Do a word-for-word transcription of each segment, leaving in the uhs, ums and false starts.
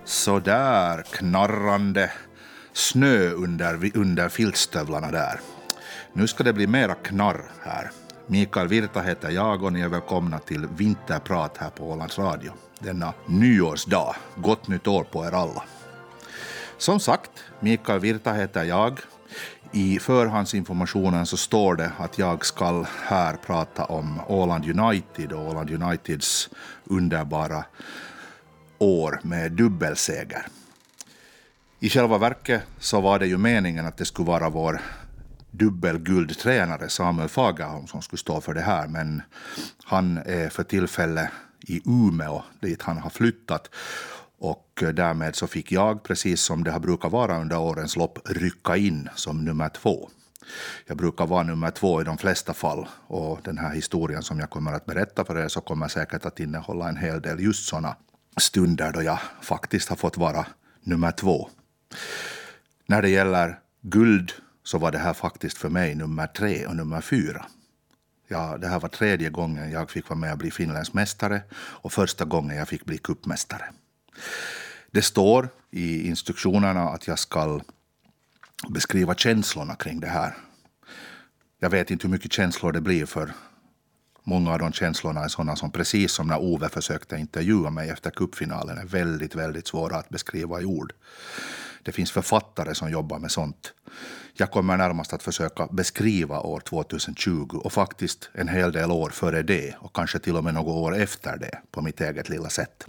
Så där knarrande snö under, under filtstövlarna där. Nu ska det bli mera knarr här. Mikael Virta heter jag och ni är välkomna till Vinterprat här på Ålands Radio. Denna nyårsdag. Gott nytt år på er alla. Som sagt, Mikael Virta heter jag. I förhandsinformationen så står det att jag ska här prata om Åland United och Åland Uniteds underbara år med dubbelseger. I själva verket så var det ju meningen att det skulle vara vår dubbelguldtränare Samuel Fagerholm som skulle stå för det här, men han är för tillfället i Umeå dit han har flyttat och därmed så fick jag, precis som det har brukat vara under årens lopp, rycka in som nummer två. Jag brukar vara nummer två i de flesta fall och den här historien som jag kommer att berätta för er så kommer säkert att innehålla en hel del just sådana stunder då jag faktiskt har fått vara nummer två. När det gäller guld så var det här faktiskt för mig nummer tre och nummer fyra. Ja, det här var tredje gången jag fick vara med och bli Finlands mästare och första gången jag fick bli cupmästare. Det står i instruktionerna att jag ska beskriva känslorna kring det här. Jag vet inte hur mycket känslor det blir, för många av de känslorna är sådana som, precis som när Ove försökte intervjua mig efter cupfinalen, är väldigt, väldigt svåra att beskriva i ord. Det finns författare som jobbar med sånt. Jag kommer närmast att försöka beskriva år tjugohundratjugo och faktiskt en hel del år före det och kanske till och med några år efter det på mitt eget lilla sätt.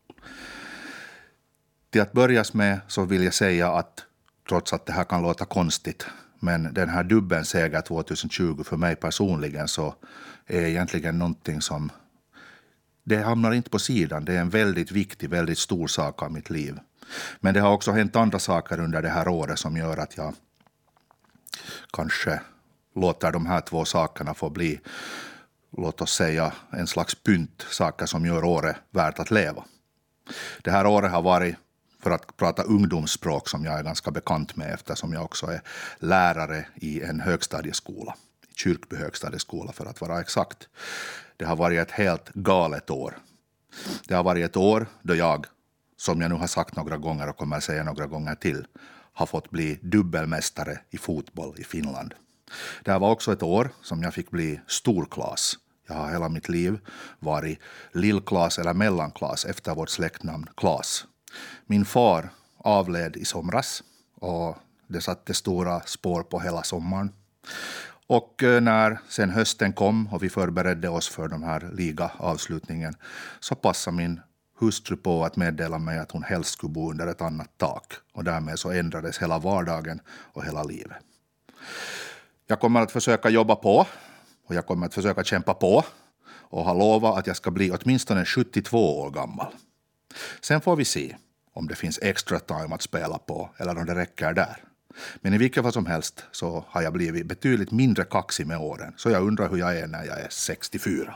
Till att börjas med så vill jag säga att trots att det här kan låta konstigt, men den här dubbelseger tjugohundratjugo för mig personligen så är egentligen någonting som, det hamnar inte på sidan. Det är en väldigt viktig, väldigt stor sak av mitt liv. Men det har också hänt andra saker under det här året som gör att jag kanske låter de här två sakerna få bli, låt oss säga, en slags pynt, saker som gör året värt att leva. Det här året har varit, för att prata ungdomsspråk som jag är ganska bekant med eftersom jag också är lärare i en högstadieskola, Kyrkby högstadieskola för att vara exakt. Det har varit ett helt galet år. Det har varit ett år då jag, som jag nu har sagt några gånger och kommer att säga några gånger till, har fått bli dubbelmästare i fotboll i Finland. Det här var också ett år som jag fick bli storklass. Jag har hela mitt liv varit lillklass eller mellanklass efter vårt släktnamn Klaas. Min far avled i somras och det satte stora spår på hela sommaren. Och när sen hösten kom och vi förberedde oss för den här ligaavslutningen så passade min hustru på att meddela mig att hon helst skulle bo under ett annat tak. Och därmed så ändrades hela vardagen och hela livet. Jag kommer att försöka jobba på och jag kommer att försöka kämpa på och har lovat att jag ska bli åtminstone sjuttiotvå år gammal. Sen får vi se om det finns extra time att spela på eller om det räcker där. Men i vilket fall som helst så har jag blivit betydligt mindre kaxig med åren. Så jag undrar hur jag är när jag är sextiofyra.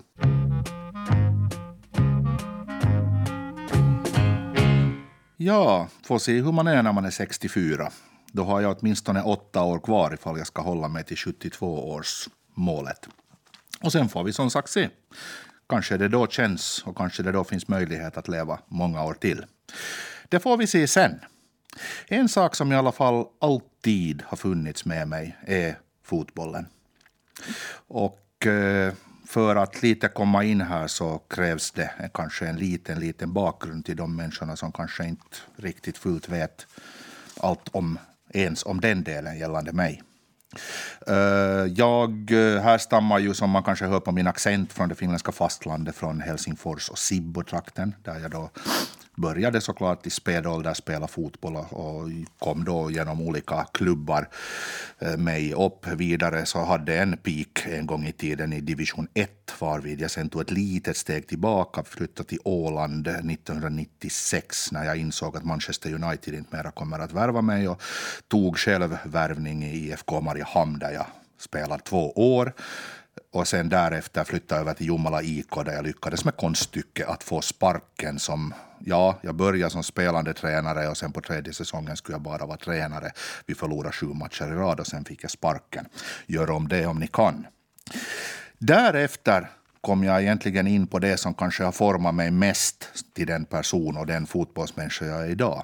Ja, får se hur man är när man är sextiofyra. Då har jag åtminstone åtta år kvar ifall jag ska hålla mig till sjuttiotvå års målet. Och sen får vi som sagt se. Kanske det då känns och kanske det då finns möjlighet att leva många år till. Det får vi se sen. En sak som i alla fall alltid har funnits med mig är fotbollen. Och eh, för att lite komma in här så krävs det kanske en liten, liten bakgrund till de människorna som kanske inte riktigt fullt vet allt om, ens om den delen gällande mig. Uh, jag härstammar ju, som man kanske hör på min accent, från det finländska fastlandet, från Helsingfors och Sibbo-trakten, där jag då började såklart i spädålder spela fotboll och kom då genom olika klubbar mig upp. Vidare så hade en peak en gång i tiden i division ett, varvid jag sen tog ett litet steg tillbaka, flyttade till Åland nittonhundranittiosex när jag insåg att Manchester United inte mera kommer att värva mig, och tog själv värvning i I F K Mariehamn där jag spelade två år. Och sen därefter flyttade jag över till Jomala I K där jag lyckades med konststycke att få sparken som, ja, jag började som spelande tränare och sen på tredje säsongen skulle jag bara vara tränare. Vi förlorade sju matcher i rad och sen fick jag sparken. Gör om det om ni kan. Därefter kom jag egentligen in på det som kanske har format mig mest till den person och den fotbollsmänniska jag är idag.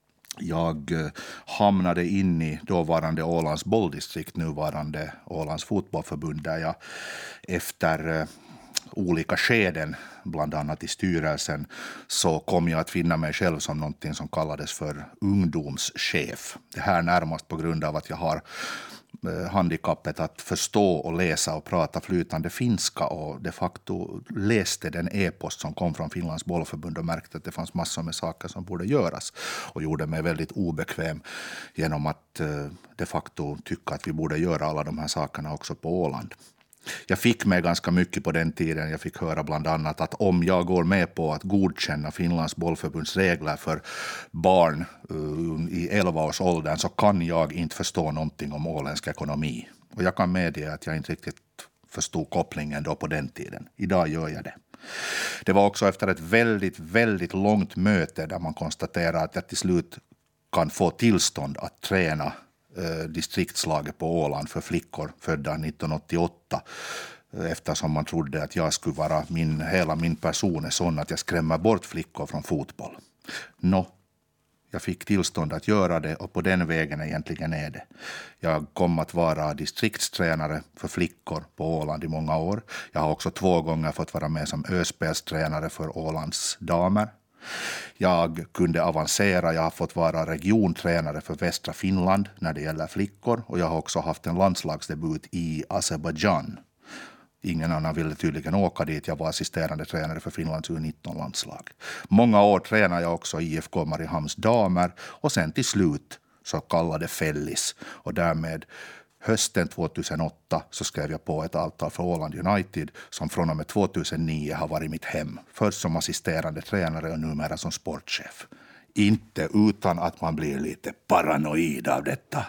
Jag hamnade in i dåvarande Ålands bolldistrikt, nuvarande Ålands fotbollförbund, där jag efter olika skeden, bland annat i styrelsen, så kom jag att finna mig själv som någonting som kallades för ungdomschef. Det här närmast på grund av att jag har handikappet att förstå och läsa och prata flytande finska, och de facto läste den e-post som kom från Finlands bollförbund och märkte att det fanns massor med saker som borde göras, och gjorde mig väldigt obekväm genom att de facto tycka att vi borde göra alla de här sakerna också på Åland. Jag fick med ganska mycket på den tiden. Jag fick höra bland annat att om jag går med på att godkänna Finlands bollförbunds regler för barn uh, i elva års åldern, så kan jag inte förstå någonting om åländsk ekonomi. Och jag kan medge att jag inte riktigt förstod kopplingen då på den tiden. Idag gör jag det. Det var också efter ett väldigt, väldigt långt möte där man konstaterade att jag till slut kan få tillstånd att träna distriktslaget på Åland för flickor födda nittonhundraåttioåtta, eftersom man trodde att jag skulle vara min, hela min person är sån att jag skrämmer bort flickor från fotboll. Nå, jag fick tillstånd att göra det, och på den vägen egentligen är det. Jag kom att vara distriktstränare för flickor på Åland i många år. Jag har också två gånger fått vara med som ö-spelstränare för Ålands damer. Jag kunde avancera, jag har fått vara regiontränare för västra Finland när det gäller flickor, och jag har också haft en landslagsdebut i Azerbaijan. Ingen annan ville tydligen åka dit. Jag var assisterande tränare för Finlands U nitton-landslag. Många år tränade jag också i I F K Mariehamns damer, och sen till slut så kallade Fellis, och därmed hösten tjugohundraåtta så skrev jag på ett avtal för Åland United som från och med tjugohundranio har varit mitt hem. Först som assisterande tränare och numera som sportchef. Inte utan att man blir lite paranoid av detta.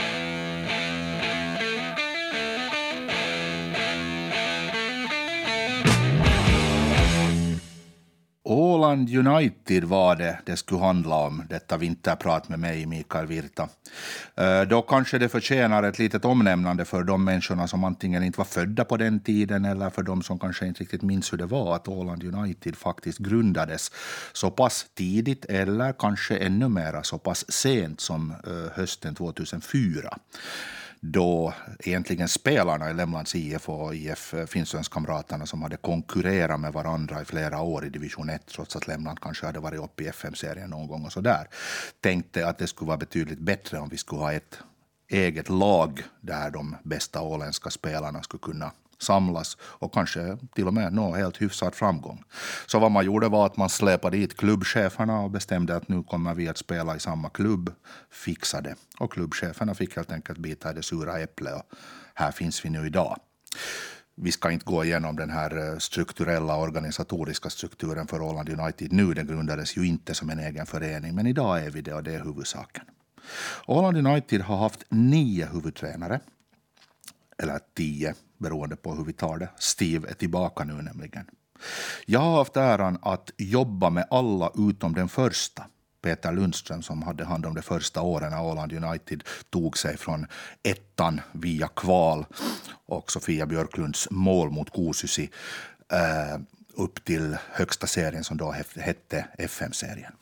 Åland United var det det skulle handla om, detta vinterprat med mig, Mikael Virta. Då kanske det förtjänar ett litet omnämnande för de människorna som antingen inte var födda på den tiden, eller för de som kanske inte riktigt minns hur det var, att Åland United faktiskt grundades så pass tidigt, eller kanske ännu mera så pass sent som hösten tjugohundrafyra. Då egentligen spelarna i Lemlands I F och I F Finnsönskamraterna, som hade konkurrerat med varandra i flera år i division ett, trots att Lemland kanske hade varit uppe i F M-serien någon gång och så där, tänkte att det skulle vara betydligt bättre om vi skulle ha ett eget lag där de bästa åländska spelarna skulle kunna samlas och kanske till och med nå helt hyfsad framgång. Så vad man gjorde var att man släpade dit klubbcheferna och bestämde att nu kommer vi att spela i samma klubb, fixade. Och klubbcheferna fick helt enkelt bita i det sura äpplet, och här finns vi nu idag. Vi ska inte gå igenom den här strukturella organisatoriska strukturen för Åland United nu. Den grundades ju inte som en egen förening, men idag är vi det, och det är huvudsaken. Åland United har haft nio huvudtränare, eller tio, beroende på hur vi tar det. Steve är tillbaka nu nämligen. Jag har haft äran att jobba med alla utom den första, Peter Lundström, som hade hand om de första åren när Åland United tog sig från ettan via kval och Sofia Björklunds mål mot Kuusiussi eh, upp till högsta serien som då hette F M-serien.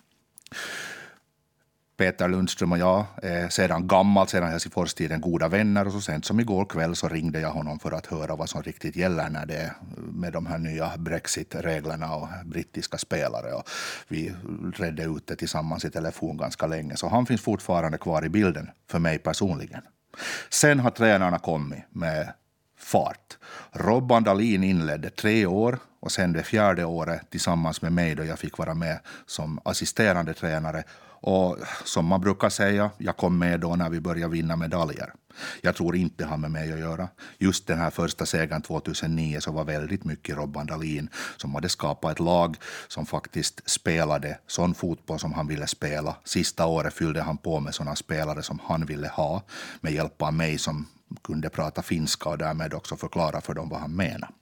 Peter Lundström och jag är sedan gammalt, sedan Helsingfors-tiden, goda vänner, och så sent som igår kväll så ringde jag honom för att höra vad som riktigt gäller när det är med de här nya Brexit-reglerna och brittiska spelare, och vi redde ut det tillsammans i telefon ganska länge, så han finns fortfarande kvar i bilden för mig personligen. Sen har tränarna kommit med fart. Robban Dahlin inledde tre år, och sen det fjärde året tillsammans med mig då jag fick vara med som assisterande tränare. Och som man brukar säga, jag kom med då när vi började vinna medaljer. Jag tror inte han med mig att göra. Just den här första segern tjugohundranio så var väldigt mycket Robban Dahlin som hade skapat ett lag som faktiskt spelade sån fotboll som han ville spela. Sista året fyllde han på med såna spelare som han ville ha, med hjälp av mig som kunde prata finska och därmed också förklara för dem vad han menade.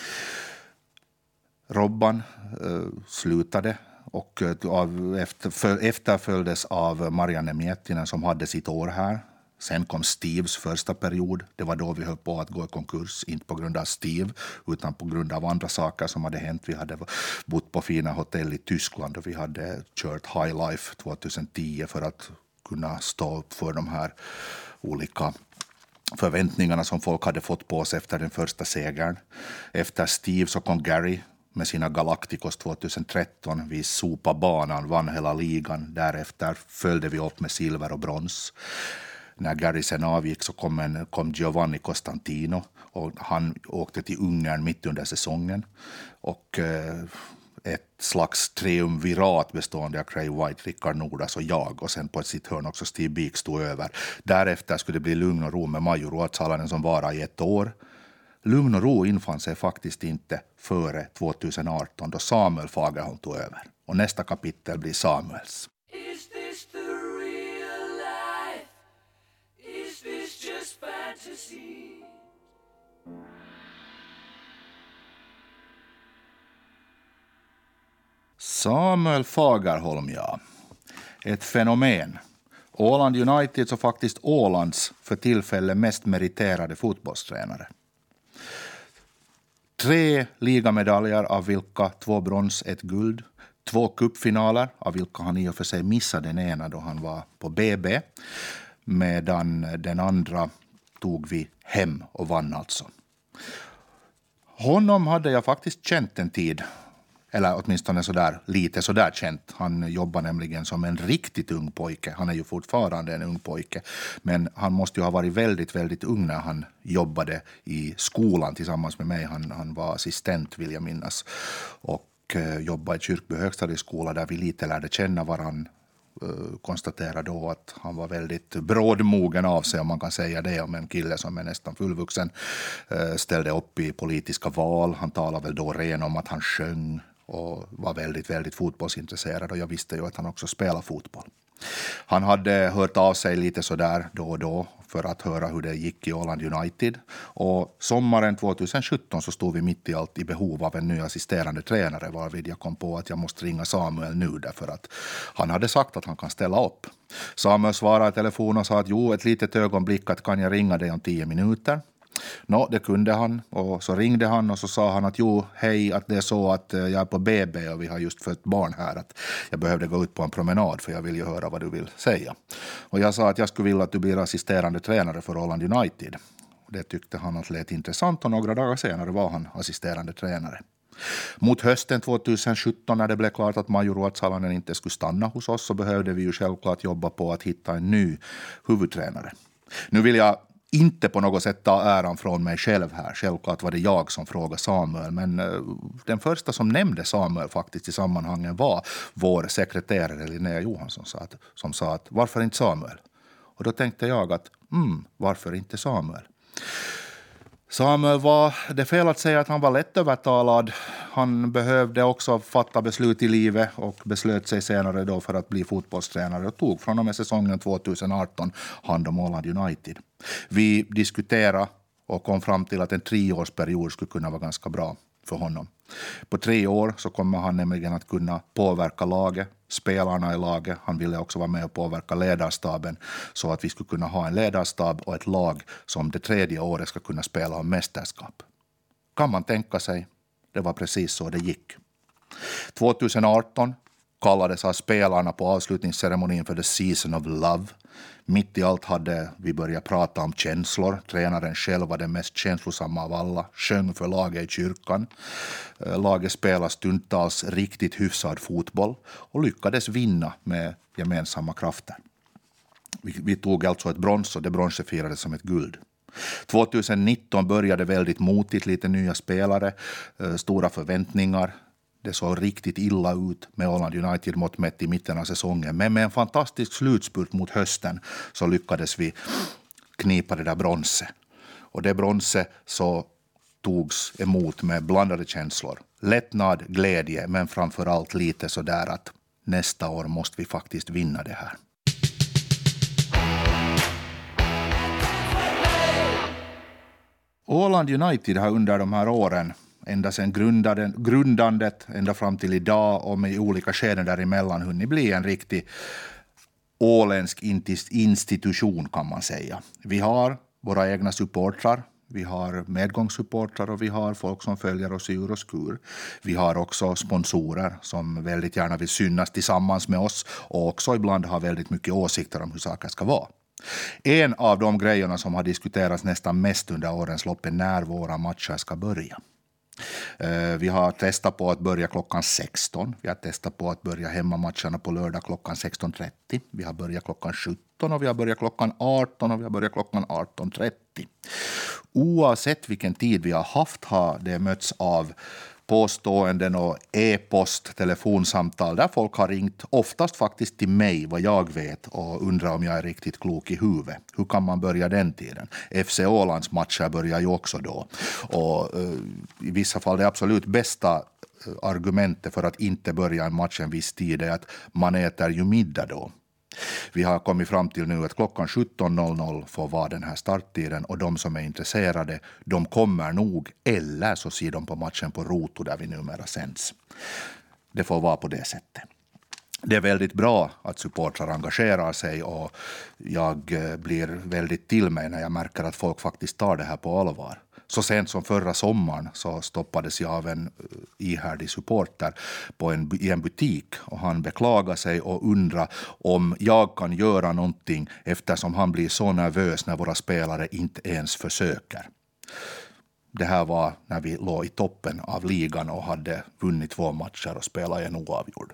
Robban eh, slutade och av, efter, efterföljdes av Marianne Miettinen som hade sitt år här Sen kom Steves första period. Det var då vi höll på att gå i konkurs. Inte på grund av Steve, utan på grund av andra saker som hade hänt. Vi hade bott på fina hotell i Tyskland och vi hade kört High Life tjugohundratio för att kunna stå upp för de här olika förväntningarna som folk hade fått på oss efter den första segern. Efter Steve så kom Gary med sina Galacticos tjugotretton. Vi sopade banan, vann hela ligan. Därefter följde vi upp med silver och brons. När Gary sen avgick så kom, en, kom Giovanni Costantino och han åkte till Ungern mitt under säsongen. Och eh, ett slags triumvirat bestående av Craig White, Rickard Nordas och jag. Och sen på ett sitt hörn också Steve Beek stod över. Därefter skulle det bli lugn och ro med Majo Ruotsalainen som var i ett år. Lugn och ro infann sig faktiskt inte före tjugoarton då Samuel Fagerholm tog över. Och nästa kapitel blir Samuels. Is this the real life? Is this just fantasy? Samuel Fagerholm, ja. Ett fenomen. Åland United så faktiskt Ålands för tillfället mest meriterade fotbollstränare. Tre ligamedaljer av vilka två brons, ett guld. Två cupfinaler av vilka han i och för sig missade den ena då han var på B B. Medan den andra tog vi hem och vann alltså. Honom hade jag faktiskt känt en tid. Eller åtminstone sådär, lite sådär känt. Han jobbar nämligen som en riktigt ung pojke. Han är ju fortfarande en ung pojke. Men han måste ju ha varit väldigt, väldigt ung när han jobbade i skolan tillsammans med mig. Han, han var assistent vill jag minnas. Och eh, jobbade i Kyrkby högstadieskola där vi lite lärde känna varann. Uh, konstaterade då att han var väldigt brådmogen av sig, om man kan säga det om en kille som är nästan fullvuxen. Uh, ställde upp i politiska val. Han talade väl då ren om att han sjöng och var väldigt, väldigt fotbollsintresserad, och jag visste ju att han också spelar fotboll. Han hade hört av sig lite sådär då och då för att höra hur det gick i Åland United. Och sommaren tjugosjutton så stod vi mitt i allt i behov av en ny assisterande tränare, varvid jag kom på att jag måste ringa Samuel nu därför att han hade sagt att han kan ställa upp. Samuel svarade i telefon och sa att jo, ett litet ögonblick att kan jag ringa dig om tio minuter. Nå, det kunde han, och så ringde han och så sa han att jo, hej, att det är så att jag är på B B och vi har just fött barn här, att jag behövde gå ut på en promenad för jag vill ju höra vad du vill säga. Och jag sa att jag skulle vilja att du blir assisterande tränare för Åland United. Det tyckte han att lät intressant och några dagar senare var han assisterande tränare. Mot hösten tjugosjutton när det blev klart att Majo Ruotsalainen inte skulle stanna hos oss så behövde vi ju självklart jobba på att hitta en ny huvudtränare. Nu vill jag inte på något sätt ta äran från mig själv här. Självklart var det jag som frågade Samuel. Men den första som nämnde Samuel faktiskt i sammanhanget var vår sekreterare Linnea Johansson som sa att varför inte Samuel? Och då tänkte jag att mm, varför inte Samuel? Samuel var, det är fel att säga att han var lättövertalad. Han behövde också fatta beslut i livet och beslöt sig senare då för att bli fotbollstränare och tog från och med säsongen tjugoarton hand om Åland United. Vi diskuterade och kom fram till att en treårsperiod skulle kunna vara ganska bra för honom. På tre år så kommer han nämligen att kunna påverka laget, spelarna i laget. Han ville också vara med och påverka ledarstaben så att vi skulle kunna ha en ledarstab och ett lag som det tredje året ska kunna spela om mästerskap. Kan man tänka sig, det var precis så det gick. tjugoarton kallades av spelarna på avslutningsceremonin för The Season of Love. Mitt i allt hade vi börjat prata om känslor. Tränaren själv var den mest känslosamma av alla. Sjöng för laget i kyrkan. Laget spelade stundtals riktigt hyfsad fotboll och lyckades vinna med gemensamma krafter. Vi, vi tog alltså ett brons och det bronset firades som ett guld. tjugonitton började väldigt motigt, lite nya spelare, stora förväntningar. Det såg riktigt illa ut med Åland United mot mätt i mitten av säsongen. Men med en fantastisk slutspurt mot hösten så lyckades vi knipa det där bronset. Och det bronset så togs emot med blandade känslor. Lättnad, glädje, men framförallt lite sådär att nästa år måste vi faktiskt vinna det här. Åland United har under de här åren ända sedan grundandet, ända fram till idag och med olika skeden däremellan hunnit bli en riktig åländsk institution kan man säga. Vi har våra egna supportrar. Vi har medgångssupportrar och vi har folk som följer oss i ur och skur. Vi har också sponsorer som väldigt gärna vill synas tillsammans med oss och också ibland har väldigt mycket åsikter om hur saker ska vara. En av de grejerna som har diskuterats nästan mest under årens lopp är när våra matcher ska börja. Vi har testat på att börja klockan sexton. Vi har testat på att börja hemmamatcherna på lördag klockan sexton trettio. Vi har börjat klockan sjutton och vi har börjat klockan arton och vi har börjat klockan arton trettio. Oavsett vilken tid vi har haft har det mötts av påståenden och e-post, telefonsamtal där folk har ringt, oftast faktiskt till mig vad jag vet och undrar om jag är riktigt klok i huvudet. Hur kan man börja den tiden? F C Ålands matcher börjar ju också då. Och uh, i vissa fall det absolut bästa argumentet för att inte börja en match en viss tid är att man äter ju middag då. Vi har kommit fram till nu att klockan sjutton noll noll får vara den här starttiden och de som är intresserade, de kommer nog eller så ser de på matchen på Roto där vi numera sänds. Det får vara på det sättet. Det är väldigt bra att supportrar engagerar sig och jag blir väldigt till mig när jag märker att folk faktiskt tar det här på allvar. Så sent som förra sommaren så stoppades jag av en ihärdig supporter på en, i en butik och han beklagar sig och undrar om jag kan göra någonting eftersom han blir så nervös när våra spelare inte ens försöker. Det här var när vi låg i toppen av ligan och hade vunnit två matcher och spelat en oavgjord.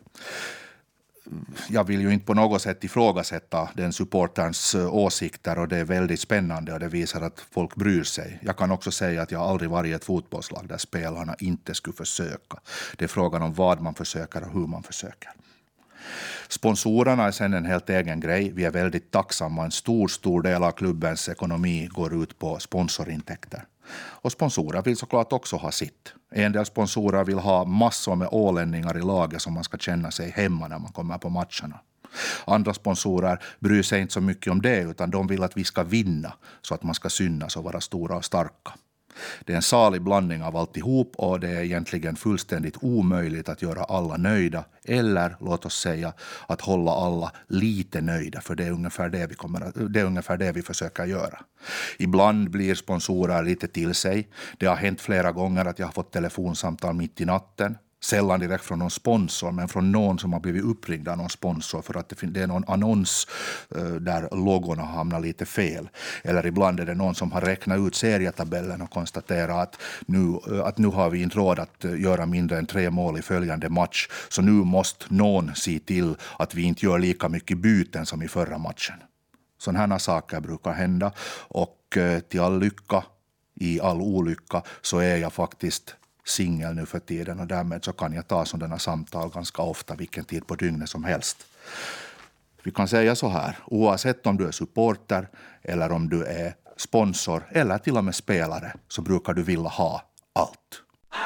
Jag vill ju inte på något sätt ifrågasätta den supporterns åsikter och det är väldigt spännande och det visar att folk bryr sig. Jag kan också säga att jag aldrig varit i ett fotbollslag där spelarna inte skulle försöka. Det är frågan om vad man försöker och hur man försöker. Sponsorerna är sen en helt egen grej. Vi är väldigt tacksamma. En stor, stor del av klubbens ekonomi går ut på sponsorintäkter. Och sponsorer vill såklart också ha sitt. En del sponsorer vill ha massor med ålänningar i laget som man ska känna sig hemma när man kommer på matcherna. Andra sponsorer bryr sig inte så mycket om det utan de vill att vi ska vinna så att man ska synas och vara stora och starka. Det är en salig blandning av alltihop och det är egentligen fullständigt omöjligt att göra alla nöjda eller låt oss säga att hålla alla lite nöjda för det är ungefär det vi, kommer att, det är ungefär det vi försöker göra. Ibland blir sponsorer lite till sig. Det har hänt flera gånger att jag har fått telefonsamtal mitt i natten. Sällan direkt från någon sponsor men från någon som har blivit uppringd av någon sponsor för att det, det är någon annons uh, där logon har hamnat lite fel. Eller ibland är det någon som har räknat ut serietabellen och konstaterat att nu, uh, att nu har vi inte råd att uh, göra mindre än tre mål i följande match. Så nu måste någon se till att vi inte gör lika mycket byten som i förra matchen. Sådana här saker brukar hända och uh, till all lycka, i all olycka så är jag faktiskt singel nu för tiden och därmed så kan jag ta sådana samtal ganska ofta vilken tid på dygnet som helst. Vi kan säga så här, oavsett om du är supporter eller om du är sponsor eller till och med spelare så brukar du vilja ha allt.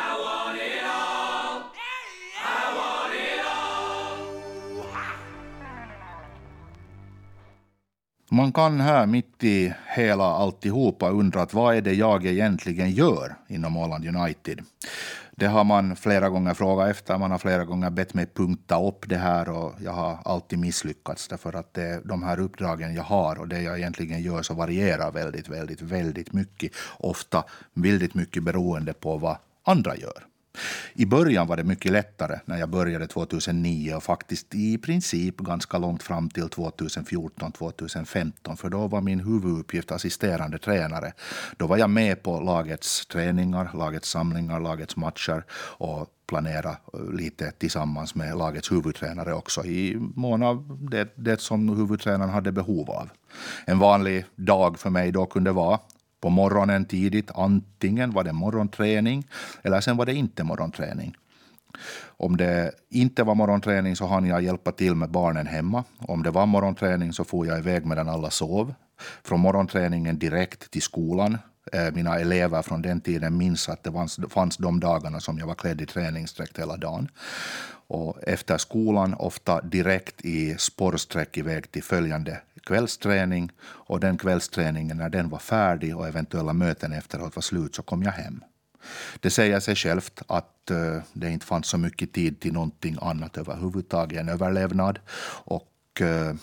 Man kan här mitt i hela alltihopa undra att vad är det jag egentligen gör inom Åland United. Det har man flera gånger frågat efter, man har flera gånger bett mig punkta upp det här och jag har alltid misslyckats därför att det, de här uppdragen jag har och det jag egentligen gör så varierar väldigt, väldigt, väldigt mycket. Ofta väldigt mycket beroende på vad andra gör. I början var det mycket lättare när jag började tjugohundranio och faktiskt i princip ganska långt fram till tjugohundrafjorton tjugohundrafemton för då var min huvuduppgift assisterande tränare. Då var jag med på lagets träningar, lagets samlingar, lagets matcher och planera lite tillsammans med lagets huvudtränare också i mån av det, det som huvudtränaren hade behov av. En vanlig dag för mig då kunde vara på morgonen tidigt, antingen var det morgonträning eller sen var det inte morgonträning. Om det inte var morgonträning så hann jag hjälpa till med barnen hemma. Om det var morgonträning så får jag iväg medan alla sov. Från morgonträningen direkt till skolan. Mina elever från den tiden minns att det fanns de dagarna som jag var klädd i träningsdräkt hela dagen. Och efter skolan ofta direkt i spårsträck iväg till följande kvällsträning. Och den kvällsträningen när den var färdig och eventuella möten efteråt var slut så kom jag hem. Det säger sig självt att uh, det inte fanns så mycket tid till någonting annat överhuvudtaget än överlevnad. Och och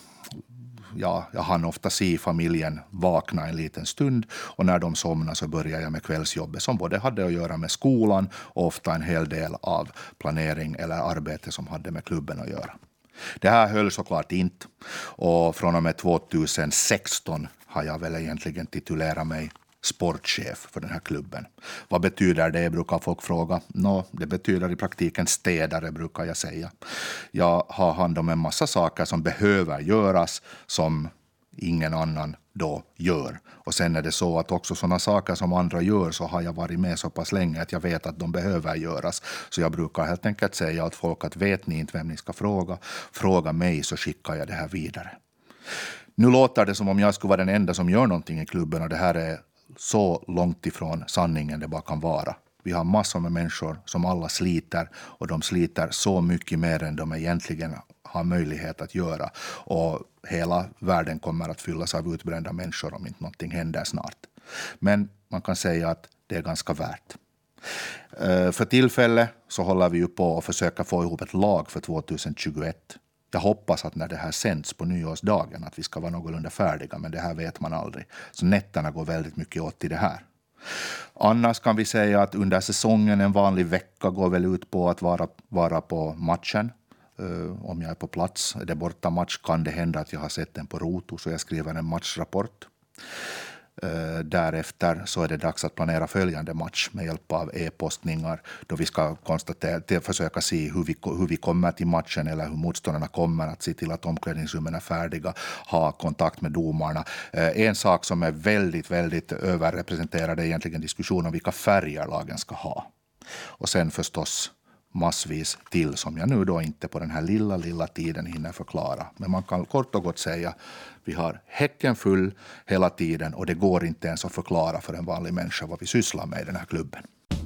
ja, jag hann ofta se familjen vakna en liten stund, och när de somnade så började jag med kvällsjobbet som både hade att göra med skolan och ofta en hel del av planering eller arbete som hade med klubben att göra. Det här höll såklart inte, och från och med tjugohundrasexton har jag väl egentligen titulerat mig sportchef för den här klubben. Vad betyder det, brukar folk fråga. Nå, det betyder i praktiken städare, brukar jag säga. Jag har hand om en massa saker som behöver göras som ingen annan då gör. Och sen är det så att också sådana saker som andra gör, så har jag varit med så pass länge att jag vet att de behöver göras. Så jag brukar helt enkelt säga åt folk att vet ni inte vem ni ska fråga, fråga mig så skickar jag det här vidare. Nu låter det som om jag skulle vara den enda som gör någonting i klubben, och det här är så långt ifrån sanningen det bara kan vara. Vi har massor med människor som alla sliter, och de sliter så mycket mer än de egentligen har möjlighet att göra. Och hela världen kommer att fyllas av utbrända människor om inte någonting händer snart. Men man kan säga att det är ganska värt. För tillfället så håller vi ju på att försöka få ihop ett lag för tjugohundratjugoett. Jag hoppas att när det här sänds på nyårsdagen att vi ska vara någorlunda färdiga, men det här vet man aldrig. Så nätterna går väldigt mycket åt i det här. Annars kan vi säga att under säsongen en vanlig vecka går väl ut på att vara, vara på matchen. Uh, om jag är på plats, är det borta match kan det hända att jag har sett den på Roto, så jag skriver en matchrapport. Uh, därefter så är det dags att planera följande match med hjälp av e-postningar, då vi ska konstatera, försöka se hur vi, hur vi kommer till matchen eller hur motståndarna kommer, att se till att omklädningsrummen är färdiga, ha kontakt med domarna. Uh, en sak som är väldigt, väldigt överrepresenterad är egentligen diskussion om vilka färger lagen ska ha. Och sen förstås massvis till som jag nu då inte på den här lilla, lilla tiden hinner förklara. Men man kan kort och gott säga vi har häcken full hela tiden, och det går inte ens att förklara för en vanlig människa vad vi sysslar med i den här klubben.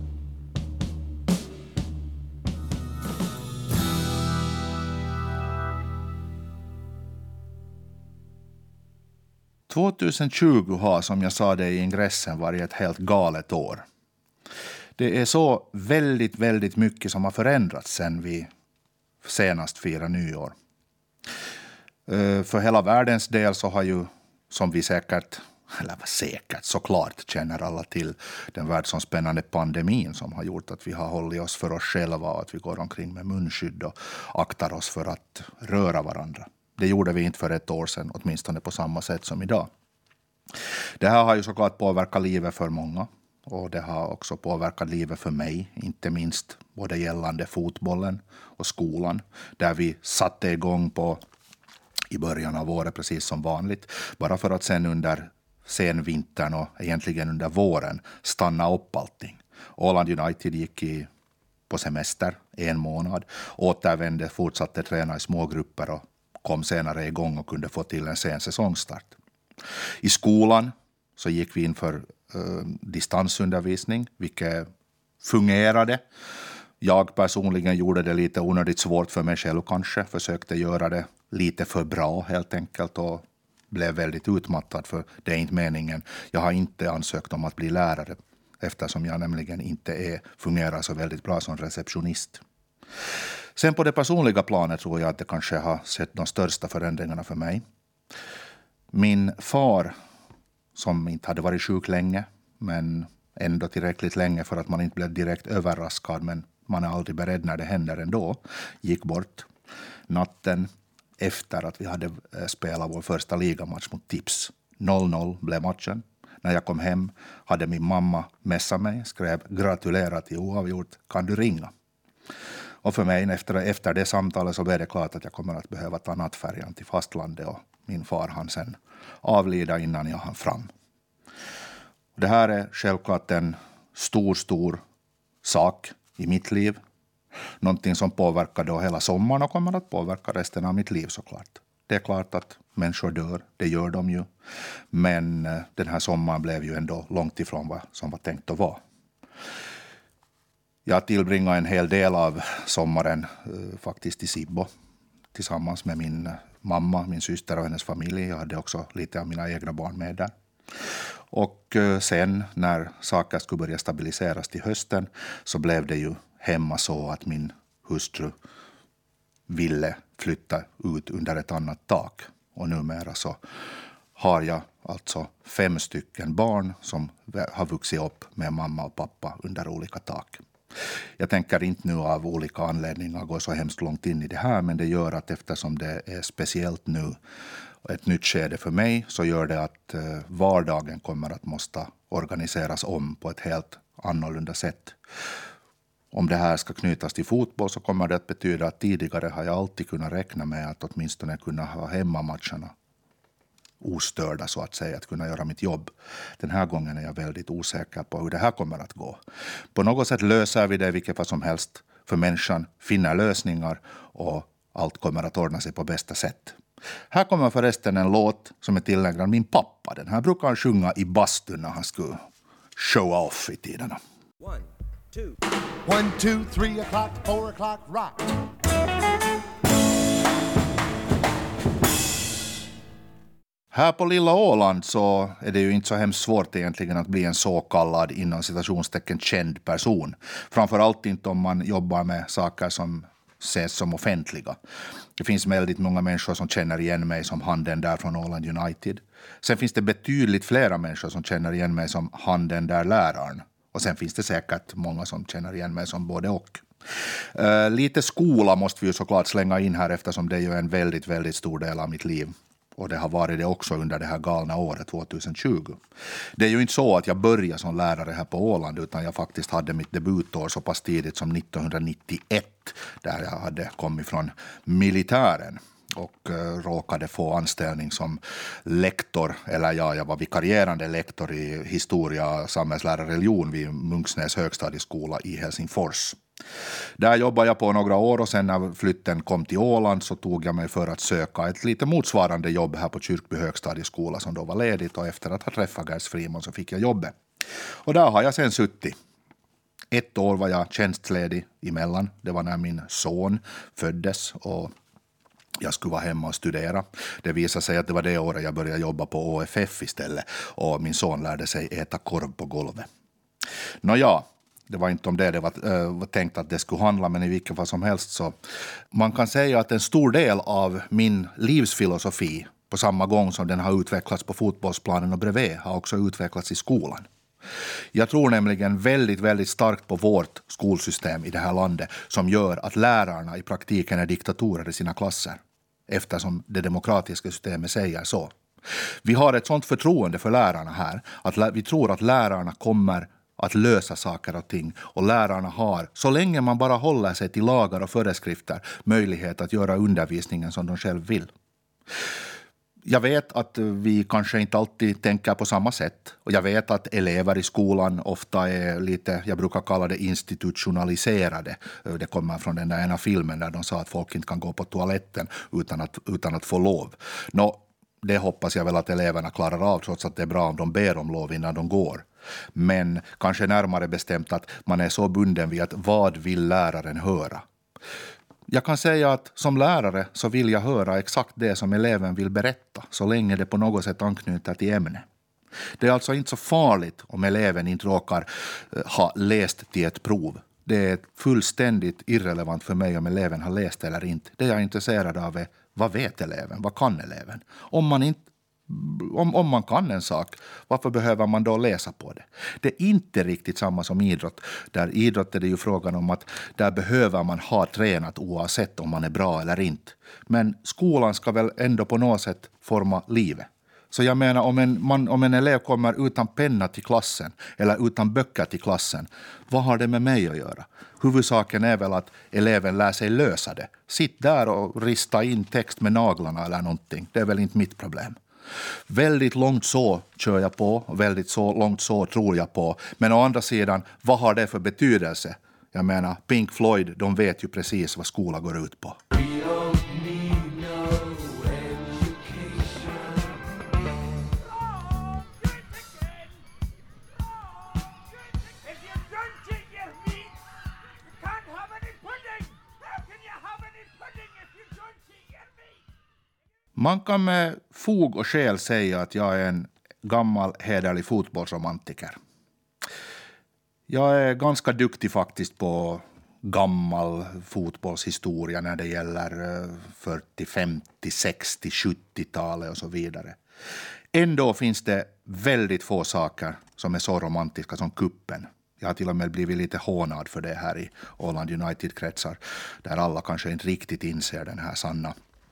tjugohundratjugo har, som jag sa det i ingressen, varit ett helt galet år. Det är så väldigt, väldigt mycket som har förändrats sen vi senast firade nyår. För hela världens del så har ju, som vi säkert, eller säkert såklart känner alla till, den världsomspännande pandemin som har gjort att vi har hållit oss för oss själva och att vi går omkring med munskydd och aktar oss för att röra varandra. Det gjorde vi inte för ett år sedan, åtminstone på samma sätt som idag. Det här har ju såklart påverkat livet för många. Och det har också påverkat livet för mig, inte minst både gällande fotbollen och skolan, där vi satte igång på i början av året precis som vanligt, bara för att sen under senvintern och egentligen under våren stanna upp allting. Åland United gick i, på semester en månad, återvände, fortsatte träna i små grupper och kom senare igång och kunde få till en sen säsongstart. I skolan så gick vi in för uh, distansundervisning, vilket fungerade. Jag personligen gjorde det lite onödigt svårt för mig själv kanske. Försökte göra det lite för bra helt enkelt och blev väldigt utmattad, för det är inte meningen. Jag har inte ansökt om att bli lärare eftersom jag nämligen inte är, fungerar så väldigt bra som receptionist. Sen på det personliga planet tror jag att det kanske har sett de största förändringarna för mig. Min far, som inte hade varit sjuk länge, men ändå tillräckligt länge för att man inte blev direkt överraskad, men man är aldrig beredd när det händer ändå, gick bort natten efter att vi hade spelat vår första ligamatch mot Tips. noll noll blev matchen. När jag kom hem hade min mamma messat mig, skrev gratulerar till oavgjort, kan du ringa? Och för mig efter, efter det samtalet så blev det klart att jag kommer att behöva ta nattfärjan till fastlandet, och min far hann sen avlida innan jag hann fram. Det här är självklart en stor, stor sak i mitt liv. Någonting som påverkar då hela sommaren och kommer att påverka resten av mitt liv såklart. Det är klart att människor dör, det gör de ju. Men den här sommaren blev ju ändå långt ifrån vad som var tänkt att vara. Jag tillbringade en hel del av sommaren uh, faktiskt i Sibbo tillsammans med min mamma, min syster och hennes familj. Jag hade också lite av mina egna barn med där. Och uh, sen när saker skulle börja stabiliseras till hösten så blev det ju hemma så att min hustru ville flytta ut under ett annat tak. Och numera så har jag alltså fem stycken barn som har vuxit upp med mamma och pappa under olika tak. Jag tänker inte nu av olika anledningar gå så hemskt långt in i det här, men det gör att eftersom det är speciellt nu ett nytt skede för mig, så gör det att vardagen kommer att måste organiseras om på ett helt annorlunda sätt. Om det här ska knytas till fotboll så kommer det att betyda att tidigare har jag alltid kunnat räkna med att åtminstone kunna ha hemmamatcherna ostörda, så att säga, att kunna göra mitt jobb. Den här gången är jag väldigt osäker på hur det här kommer att gå. På något sätt löser vi det, vilket vad som helst, för människan finner lösningar och allt kommer att ordna sig på bästa sätt. Här kommer förresten en låt som är tillägnad min pappa. Den här brukar han sjunga i bastun när han skulle show off i tiderna. One, two. One, two, three o'clock, four o'clock, rock. Här på Lilla Åland så är det ju inte så hemskt svårt egentligen att bli en så kallad inom citationstecken känd person. Framförallt inte om man jobbar med saker som ses som offentliga. Det finns väldigt många människor som känner igen mig som handen där från Åland United. Sen finns det betydligt flera människor som känner igen mig som handen där läraren. Och sen finns det säkert många som känner igen mig som både och. Uh, lite skola måste vi ju såklart slänga in här, eftersom det är ju en väldigt, väldigt stor del av mitt liv. Och det har varit det också under det här galna året tjugohundratjugo. Det är ju inte så att jag började som lärare här på Åland, utan jag faktiskt hade mitt debutår så pass tidigt som nittonhundranittioett. Där jag hade kommit från militären och uh, råkade få anställning som lektor. Eller ja, jag var vikarierande lektor i historia, samhällslära, religion vid Munksnäs högstadieskola i Helsingfors. Där jobbade jag på några år, och sen när flytten kom till Åland så tog jag mig för att söka ett lite motsvarande jobb här på Kyrkby högstadieskola som då var ledigt, och efter att ha träffat Gers Friman så fick jag jobbet. Och där har jag sen suttit. Ett år var jag tjänstledig emellan. Det var när min son föddes och jag skulle vara hemma och studera. Det visade sig att det var det året jag började jobba på Å F F istället, och min son lärde sig äta korv på golvet. Nåja. Det var inte om det det var, äh, var tänkt att det skulle handla, men i vilket fall som helst så man kan säga att en stor del av min livsfilosofi, på samma gång som den har utvecklats på fotbollsplanen och bredvid, har också utvecklats i skolan. Jag tror nämligen väldigt, väldigt starkt på vårt skolsystem i det här landet, som gör att lärarna i praktiken är diktatorer i sina klasser, eftersom det demokratiska systemet säger så. Vi har ett sånt förtroende för lärarna här, att vi tror att lärarna kommer att lösa saker och ting, och lärarna har, så länge man bara håller sig till lagar och föreskrifter, möjlighet att göra undervisningen som de själv vill. Jag vet att vi kanske inte alltid tänker på samma sätt, och jag vet att elever i skolan ofta är lite, jag brukar kalla det institutionaliserade. Det kommer från den där ena filmen där de sa att folk inte kan gå på toaletten utan att, utan att få lov. Nå, det hoppas jag väl att eleverna klarar av, trots att det är bra om de ber om lov innan de går. Men kanske närmare bestämt att man är så bunden vid att vad vill läraren höra. Jag kan säga att som lärare så vill jag höra exakt det som eleven vill berätta, så länge det på något sätt anknyter till ämne. Det är alltså inte så farligt om eleven inte råkar ha läst till ett prov. Det är fullständigt irrelevant för mig om eleven har läst eller inte. Det jag är intresserad av är, vad vet eleven? Vad kan eleven? Om man inte Om, om man kan en sak, varför behöver man då läsa på det? Det är inte riktigt samma som idrott. Där idrott är det ju frågan om att där behöver man ha tränat oavsett om man är bra eller inte. Men skolan ska väl ändå på något sätt forma livet. Så jag menar, om en, man, om en elev kommer utan penna till klassen eller utan böcker till klassen, vad har det med mig att göra? Huvudsaken är väl att eleven lär sig lösa det. Sitt där och rista in text med naglarna eller någonting. Det är väl inte mitt problem. Väldigt långt så kör jag på, och väldigt så långt så tror jag på. Men å andra sidan, vad har det för betydelse? Jag menar, Pink Floyd, de vet ju precis vad skolan går ut på. Man kan med fog och skäl säga att jag är en gammal hederlig fotbollsromantiker. Jag är ganska duktig faktiskt på gammal fotbollshistoria när det gäller fyrtio, femtio, sextio, sjuttio-talet och så vidare. Ändå finns det väldigt få saker som är så romantiska som kuppen. Jag har till och med blivit lite hånad för det här i Åland United-kretsar, där alla kanske inte riktigt inser den här sanna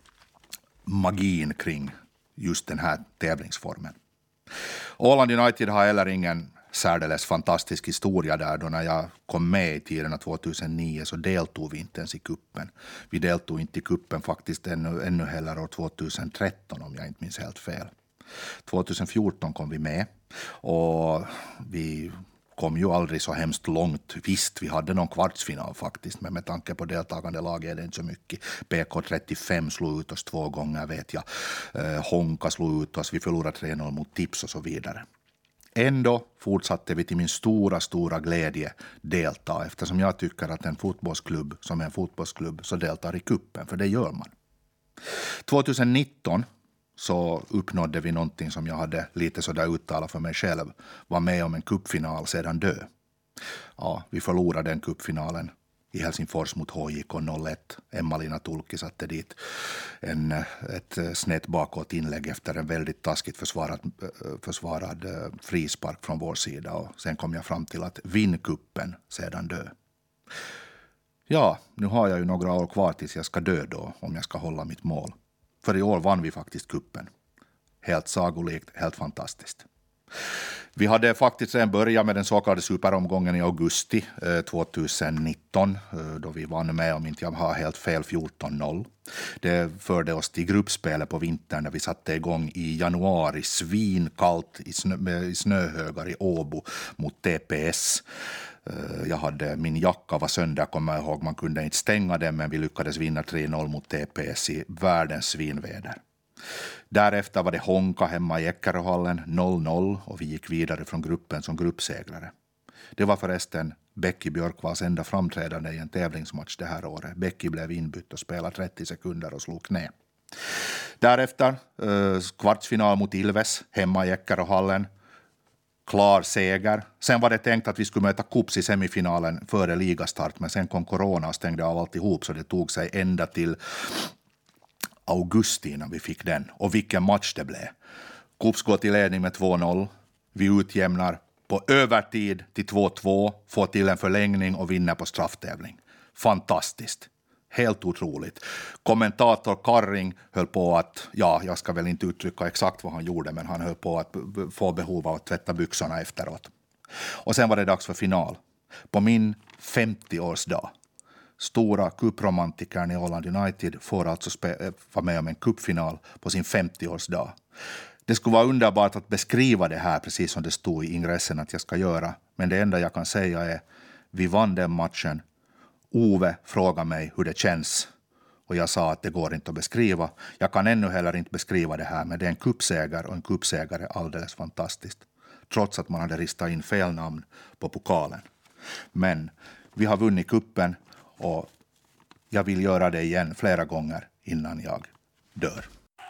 magin kring just den här tävlingsformen. Åland United har heller ingen särdeles fantastisk historia där, då när jag kom med i tiderna tjugohundranio så deltog vi inte ens i kuppen. Vi deltog inte i kuppen faktiskt ännu, ännu heller år tjugotretton om jag inte minns helt fel. tjugofjorton kom vi med och vi kom ju aldrig så hemskt långt. Visst, vi hade någon kvartsfinal faktiskt, men med tanke på deltagande lag är det inte så mycket. B K trettiofem slog ut oss två gånger, vet jag. Eh, Honka slog ut oss, vi förlorade tre noll mot Tips och så vidare. Ändå fortsatte vi till min stora, stora glädje delta, eftersom jag tycker att en fotbollsklubb som är en fotbollsklubb så deltar i kuppen, för det gör man. tjugonitton så uppnådde vi någonting som jag hade lite sådär uttalat för mig själv. Var med om en kuppfinal sedan dö. Ja, vi förlorade den kuppfinalen i Helsingfors mot H J K noll ett. Emma-Lina Tulki satte dit en, ett snett bakåt inlägg efter en väldigt taskigt försvarad, försvarad frispark från vår sida. Och sen kom jag fram till att vinna kuppen sedan dö. Ja, nu har jag ju några år kvar tills jag ska dö då, om jag ska hålla mitt mål. För i år vann vi faktiskt kuppen. Helt sagolikt, helt fantastiskt. Vi hade faktiskt redan börjat med den så kallade superomgången i augusti eh, tjugonitton, eh, då vi vann med, om inte jag har helt fel, fjorton noll. Det förde oss till gruppspelet på vintern när vi satte igång i januari, svinkallt i, snö, i snöhögar i Åbo mot T P S. Jag hade, min jacka var sönder, kommer jag ihåg, man kunde inte stänga den, men vi lyckades vinna tre noll mot T P S i världens svinväder. Därefter var det Honka hemma i Eckeröhallen noll noll och vi gick vidare från gruppen som gruppsegrare. Det var förresten Becky Björkvalls enda framträdande i en tävlingsmatch det här året. Becky blev inbytt och spelade trettio sekunder och slog knä. Därefter eh, kvartsfinal mot Ilves hemma i Eckeröhallen. Klar seger. Sen var det tänkt att vi skulle möta Kups i semifinalen före ligastart, men sen kom corona och stängde av alltihop, så det tog sig ända till augusti innan vi fick den. Och vilken match det blev. Kups går till ledning med två noll. Vi utjämnar på övertid till två två, får till en förlängning och vinner på strafftävling. Fantastiskt. Helt otroligt. Kommentator Karring höll på att, ja, jag ska väl inte uttrycka exakt vad han gjorde, men han höll på att få behov av att tvätta byxorna efteråt. Och sen var det dags för final. På min femtioårsdag. Stora kupromantikern i Åland United får alltså spe- vara med om en kuppfinal på sin femtioårsdag. Det skulle vara underbart att beskriva det här precis som det stod i ingressen att jag ska göra. Men det enda jag kan säga är, vi vann den matchen. Ove frågade mig hur det känns och jag sa att det går inte att beskriva. Jag kan ännu heller inte beskriva det här, men det är en kuppseger och en kuppseger är alldeles fantastiskt. Trots att man hade ristat in fel namn på pokalen. Men vi har vunnit kuppen och jag vill göra det igen flera gånger innan jag dör.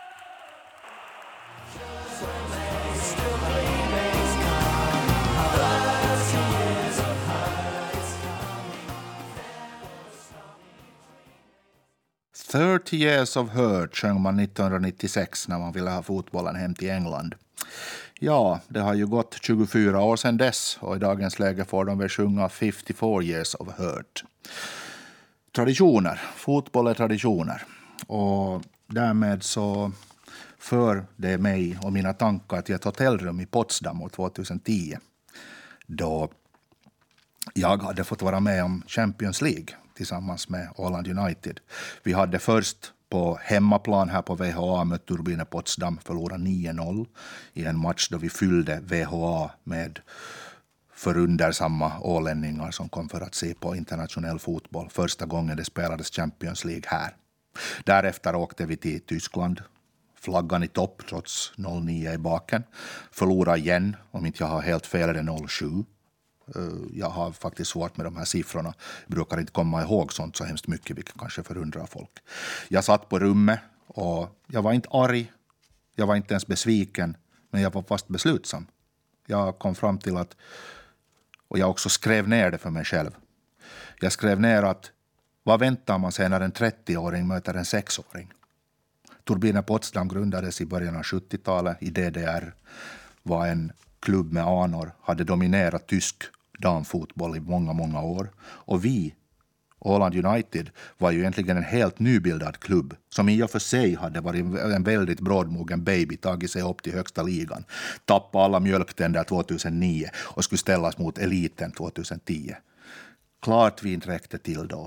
thirty years of hurt sjöng man nittonhundranittiosex när man ville ha fotbollen hem till England. Ja, det har ju gått tjugofyra år sedan dess och i dagens läge får de väl sjunga fifty-four years of hurt. Traditioner, fotboll är traditioner. Och därmed så för det mig och mina tankar till ett hotellrum i Potsdam år tjugohundratio. Då jag hade fått vara med om Champions League tillsammans med Åland United. Vi hade först på hemmaplan här på V H A mött Turbine Potsdam, förlorade nio noll i en match då vi fyllde V H A med förundersamma ålänningar som kom för att se på internationell fotboll. Första gången det spelades Champions League här. Därefter åkte vi till Tyskland. Flaggan i topp trots noll nio i baken. Förlorade igen, om inte jag har helt fel, är det noll sju. Jag har faktiskt svårt med de här siffrorna. Jag brukar inte komma ihåg sånt så hemskt mycket, vilket kanske förundrar folk. Jag satt på rummet och jag var inte arg. Jag var inte ens besviken, men jag var fast beslutsam. Jag kom fram till att, och jag också skrev ner det för mig själv. Jag skrev ner att vad väntar man sig när en trettioåring möter en sexåring? Turbine Potsdam grundades i början av sjuttiotalet i D D R. Var en klubb med anor, hade dominerat tysk damfotboll i många, många år. Och vi, Åland United, var ju egentligen en helt nybildad klubb som i och för sig hade varit en väldigt brådmogen baby, tagit sig upp till högsta ligan. Tappade alla mjölktänder tjugohundranio och skulle ställas mot eliten tjugohundratio. Klart vi inte räckte till då.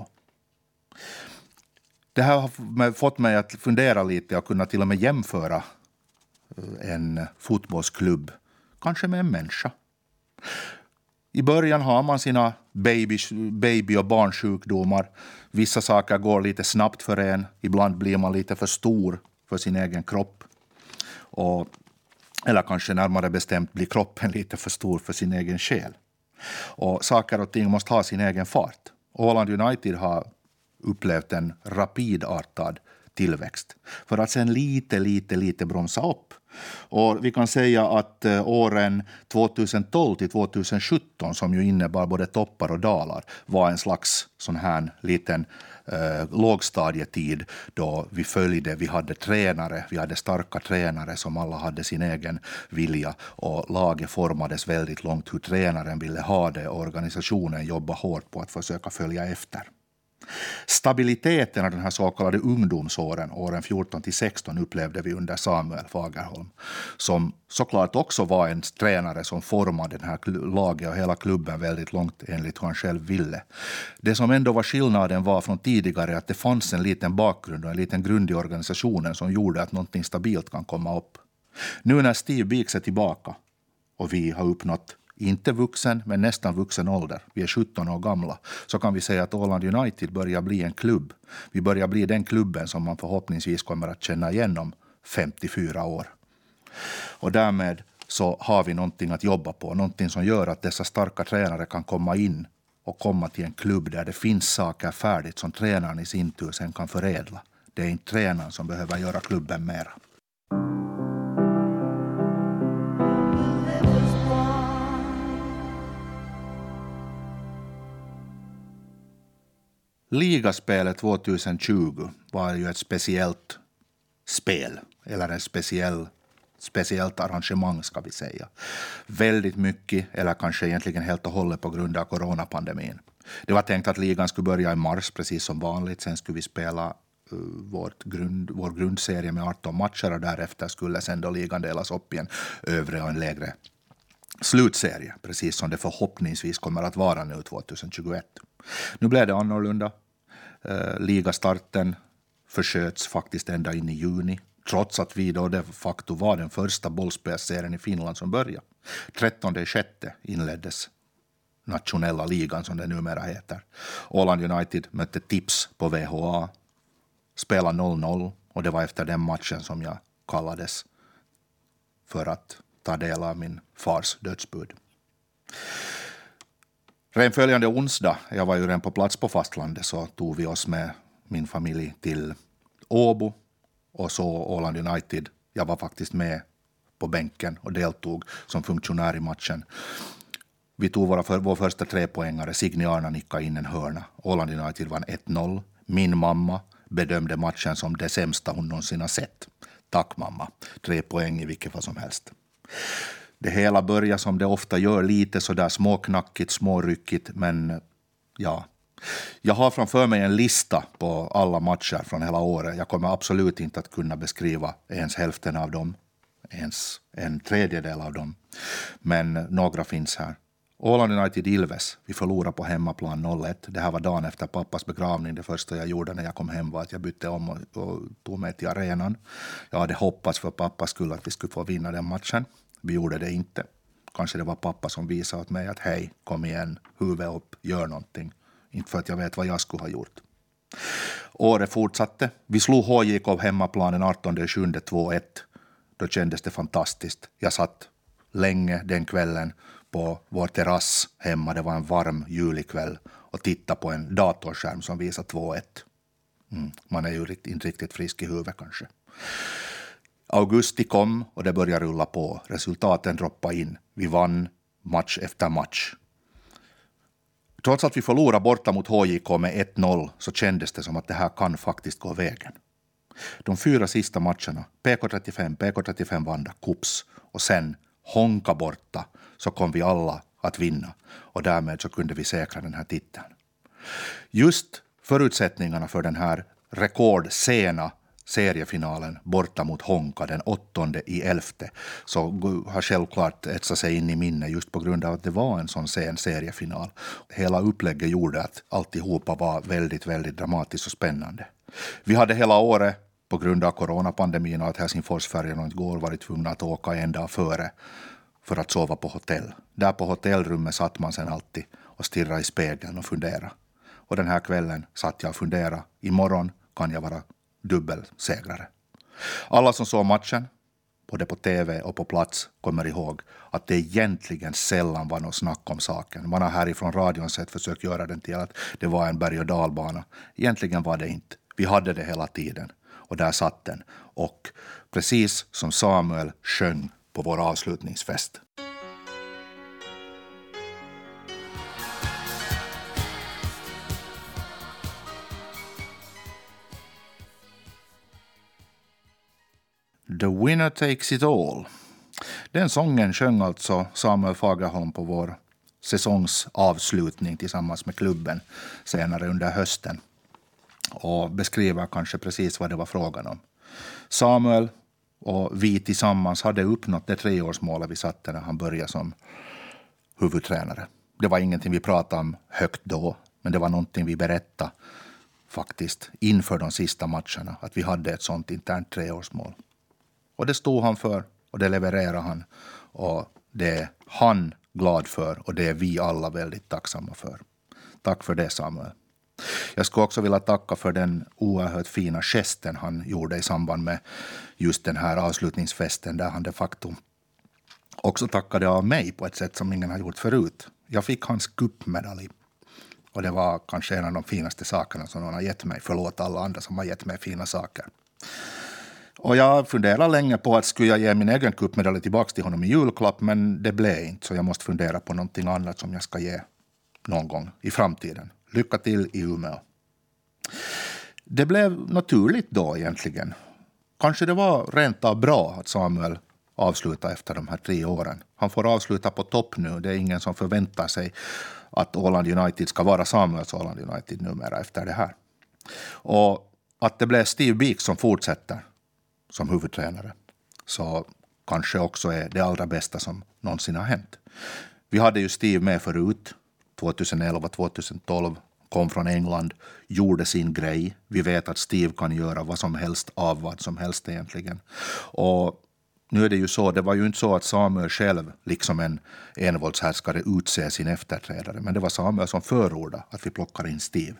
Det här har fått mig att fundera lite och kunna till och med jämföra en fotbollsklubb kanske med en människa. I början har man sina baby, baby- och barnsjukdomar. Vissa saker går lite snabbt för en. Ibland blir man lite för stor för sin egen kropp. Och, eller kanske närmare bestämt blir kroppen lite för stor för sin egen själ. Och saker och ting måste ha sin egen fart. Åland United har upplevt en rapidartad tillväxt för att sen lite, lite, lite bromsa upp. Och vi kan säga att eh, åren tjugotolv till tjugosjutton, som ju innebar både toppar och dalar, var en slags sån här liten eh, lågstadietid då vi följde, vi hade tränare, vi hade starka tränare som alla hade sin egen vilja, och laget formades väldigt långt hur tränaren ville ha det, och organisationen jobbade hårt på att försöka följa efter. Stabiliteten av den här så kallade ungdomsåren, åren fjorton till sexton, upplevde vi under Samuel Fagerholm, som såklart också var en tränare som formade den här laget och hela klubben väldigt långt enligt hur han själv ville. Det som ändå var skillnaden var från tidigare att det fanns en liten bakgrund och en liten grund i organisationen som gjorde att någonting stabilt kan komma upp. Nu när Steve Beeks är tillbaka och vi har uppnått inte vuxen, men nästan vuxen ålder, vi är sjutton år gamla, så kan vi säga att Åland United börjar bli en klubb. Vi börjar bli den klubben som man förhoppningsvis kommer att känna igen om femtiofyra år. Och därmed så har vi någonting att jobba på, någonting som gör att dessa starka tränare kan komma in och komma till en klubb där det finns saker färdigt som tränaren i sin tur sen kan förädla. Det är inte tränaren som behöver göra klubben mera. Ligaspelet tjugotjugo var ju ett speciellt spel, eller ett speciell, speciellt arrangemang ska vi säga. Väldigt mycket, eller kanske egentligen helt och hållet på grund av coronapandemin. Det var tänkt att ligan skulle börja i mars precis som vanligt, sen skulle vi spela uh, vårt grund, vår grundserie med arton matcher, och därefter skulle sen då ligan delas upp i en övre och en lägre slutserie, precis som det förhoppningsvis kommer att vara nu tjugotjugoett. Nu blev det annorlunda. Eh, ligastarten försköts faktiskt ända in i juni, trots att vi då de facto var den första bollspelsserien i Finland som började. trettonde sjätte inleddes nationella ligan, som det numera heter. Åland United mötte Tips på V H A, spelade noll noll, och det var efter den matchen som jag kallades för att ta del av min fars dödsbud. Redan följande onsdag, jag var ju redan på plats på fastlandet, så tog vi oss med min familj till Åbo och så Åland United. Jag var faktiskt med på bänken och deltog som funktionär i matchen. Vi tog våra för, vår första trepoängare, Signe Arna nickade in en hörna. Åland United vann ett noll. Min mamma bedömde matchen som det sämsta hon någonsin har sett. Tack mamma, tre poäng i vilket fall som helst. Det hela börjar som det ofta gör, lite sådär småknackigt, småryckigt, men ja. Jag har framför mig en lista på alla matcher från hela året. Jag kommer absolut inte att kunna beskriva ens hälften av dem, ens en tredjedel av dem. Men några finns här. Åland United Ilves, vi förlorade på hemmaplan noll ett. Det här var dagen efter pappas begravning. Det första jag gjorde när jag kom hem var att jag bytte om och, och tog mig till arenan. Jag hade hoppats för pappas skull att vi skulle få vinna den matchen. Vi gjorde det inte. Kanske det var pappa som visade åt mig att hej, kom igen, huvud upp, gör någonting. Inte för att jag vet vad jag skulle ha gjort. Året fortsatte. Vi slog H J K hemmaplan den artonde juli två ett. Då kändes det fantastiskt. Jag satt länge den kvällen på vår terrass hemma. Det var en varm julikväll. Och tittade på en datorskärm som visade två ett. Mm, man är ju inte riktigt frisk i huvudet kanske. Augusti kom och det började rulla på. Resultaten droppade in. Vi vann match efter match. Trots att vi förlorade borta mot H J K med ett noll så kändes det som att det här kan faktiskt gå vägen. De fyra sista matcherna, P K trettiofem, P K trettiofem vann kups och sen Honka borta så kom vi alla att vinna och därmed så kunde vi säkra den här titeln. Just förutsättningarna för den här rekordsena seriefinalen borta mot Honka den åttonde i elfte så har självklart etsat sig in i minne just på grund av att det var en sån sen seriefinal. Hela upplägget gjorde att alltihopa var väldigt, väldigt dramatiskt och spännande. Vi hade hela året på grund av coronapandemin och att Helsingforsfärjan och igår varit tvungna att åka en dag före för att sova på hotell. Där på hotellrummet satt man sen alltid och stirrade i spegeln och funderade. Och den här kvällen satt jag och funderade. Imorgon kan jag vara dubbelsegrare. Alla som såg matchen, både på tv och på plats, kommer ihåg att det egentligen sällan var något snack om saken. Man har härifrån radion sett försökt göra den till att det var en berg- och dalbana. Egentligen var det inte. Vi hade det hela tiden. Och där satt den. Och precis som Samuel sjöng på vår avslutningsfest. The winner takes it all. Den sången sjöng alltså Samuel Fagerholm på vår säsongsavslutning tillsammans med klubben senare under hösten. Och beskriver kanske precis vad det var frågan om. Samuel och vi tillsammans hade uppnått det treårsmålet vi satte när han började som huvudtränare. Det var ingenting vi pratade om högt då, men det var någonting vi berättade faktiskt inför de sista matcherna, att vi hade ett sånt internt treårsmål. Och det stod han för och det levererade han och det är han glad för och det är vi alla väldigt tacksamma för. Tack för det, Samuel. Jag skulle också vilja tacka för den oerhört fina gesten han gjorde i samband med just den här avslutningsfesten där han de facto också tackade av mig på ett sätt som ingen har gjort förut. Jag fick hans cupmedalj och det var kanske en av de finaste sakerna som någon har gett mig. Förlåt alla andra som har gett mig fina saker. Och jag funderar länge på att skulle jag ge min egen cupmedalj tillbaka till honom i julklapp, men det blev inte, så jag måste fundera på någonting annat som jag ska ge någon gång i framtiden. Lycka till i Umeå. Det blev naturligt då egentligen. Kanske det var rent av bra att Samuel avslutar efter de här tre åren. Han får avsluta på topp nu. Det är ingen som förväntar sig att Åland United ska vara Samuels Åland United numera efter det här. Och att det blev Steve Beeks som fortsätter som huvudtränare så kanske också är det allra bästa som någonsin har hänt. Vi hade ju Steve med förut, tjugoelva tjugotolv, kom från England, gjorde sin grej. Vi vet att Steve kan göra vad som helst av vad som helst egentligen. Och nu är det ju så, det var ju inte så att Samuel själv, liksom en envåldshärskare, utser sin efterträdare, men det var Samuel som förordade att vi plockar in Steve.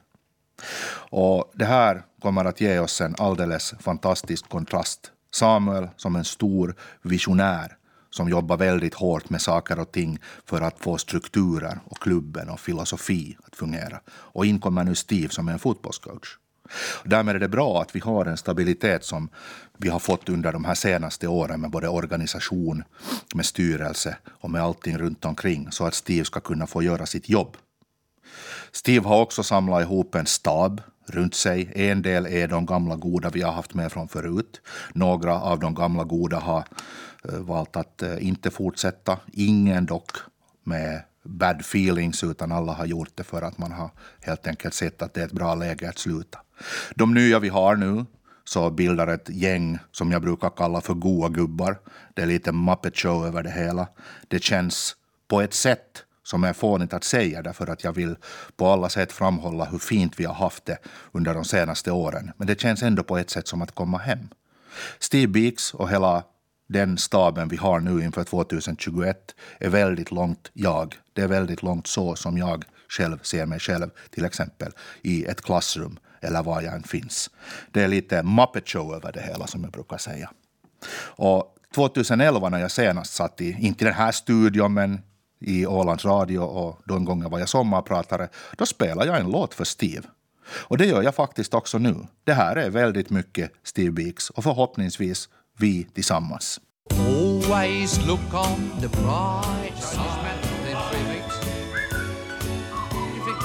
Och det här kommer att ge oss en alldeles fantastisk kontrast. Samuel som en stor visionär som jobbar väldigt hårt med saker och ting för att få strukturer och klubben och filosofi att fungera. Och in kommer nu Steve som är en fotbollscoach. Därmed är det bra att vi har en stabilitet som vi har fått under de här senaste åren med både organisation, med styrelse och med allting runt omkring så att Steve ska kunna få göra sitt jobb. Steve har också samlat ihop en stab runt sig. En del är de gamla goda vi har haft med från förut. Några av de gamla goda har uh, valt att uh, inte fortsätta. Ingen dock med bad feelings, utan alla har gjort det för att man har helt enkelt sett att det är ett bra läge att sluta. De nya vi har nu så bildar ett gäng som jag brukar kalla för goa gubbar. Det är lite Muppet Show över det hela. Det känns på ett sätt som är fånigt att säga därför att jag vill på alla sätt framhålla hur fint vi har haft det under de senaste åren. Men det känns ändå på ett sätt som att komma hem. Steve Beeks och hela den staben vi har nu inför tjugohundratjugoett är väldigt långt jag. Det är väldigt långt så som jag själv ser mig själv till exempel i ett klassrum eller var jag än finns. Det är lite Muppet Show över det hela som jag brukar säga. Och tjugoelva när jag senast satt i, inte i den här studion men i Ålands Radio och de gånger var jag sommarpratare, då spelar jag en låt för Steve. Och det gör jag faktiskt också nu. Det här är väldigt mycket Steve Beeks och förhoppningsvis vi tillsammans. Always look on the bright side. In three weeks. You think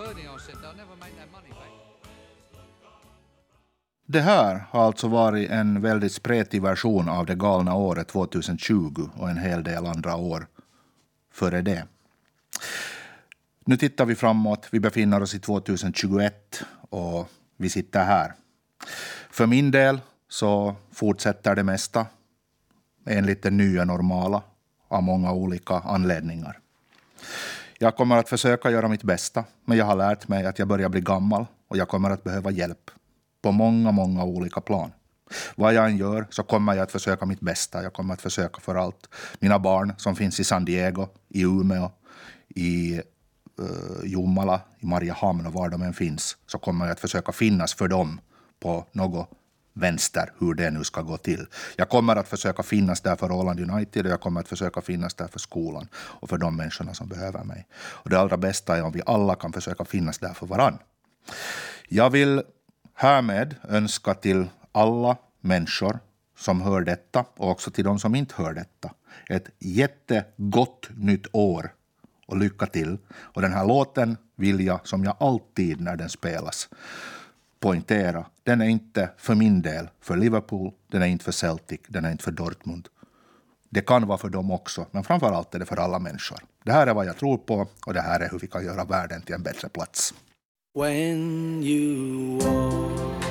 learning, I said, they'll never make that money back. Det här har alltså varit en väldigt spretig version av det galna året tjugohundratjugo och en hel del andra år före det. Nu tittar vi framåt. Vi befinner oss i tjugohundratjugoett och vi sitter här. För min del så fortsätter det mesta enligt det nya normala av många olika anledningar. Jag kommer att försöka göra mitt bästa, men jag har lärt mig att jag börjar bli gammal och jag kommer att behöva hjälp på många, många olika plan. Vad jag än gör så kommer jag att försöka mitt bästa. Jag kommer att försöka för allt. Mina barn som finns i San Diego, i Umeå, i uh, Jomala, i Mariehamn och var de än finns, så kommer jag att försöka finnas för dem på något vänster, hur det nu ska gå till. Jag kommer att försöka finnas där för Åland United och jag kommer att försöka finnas där för skolan och för de människorna som behöver mig. Och det allra bästa är om vi alla kan försöka finnas där för varann. Jag vill härmed önska till alla människor som hör detta och också till de som inte hör detta ett jättegott nytt år och lycka till. Och den här låten vill jag, som jag alltid när den spelas, poängtera. Den är inte för min del för Liverpool, den är inte för Celtic, den är inte för Dortmund. Det kan vara för dem också, men framförallt är det för alla människor. Det här är vad jag tror på och det här är hur vi kan göra världen till en bättre plats. When you walk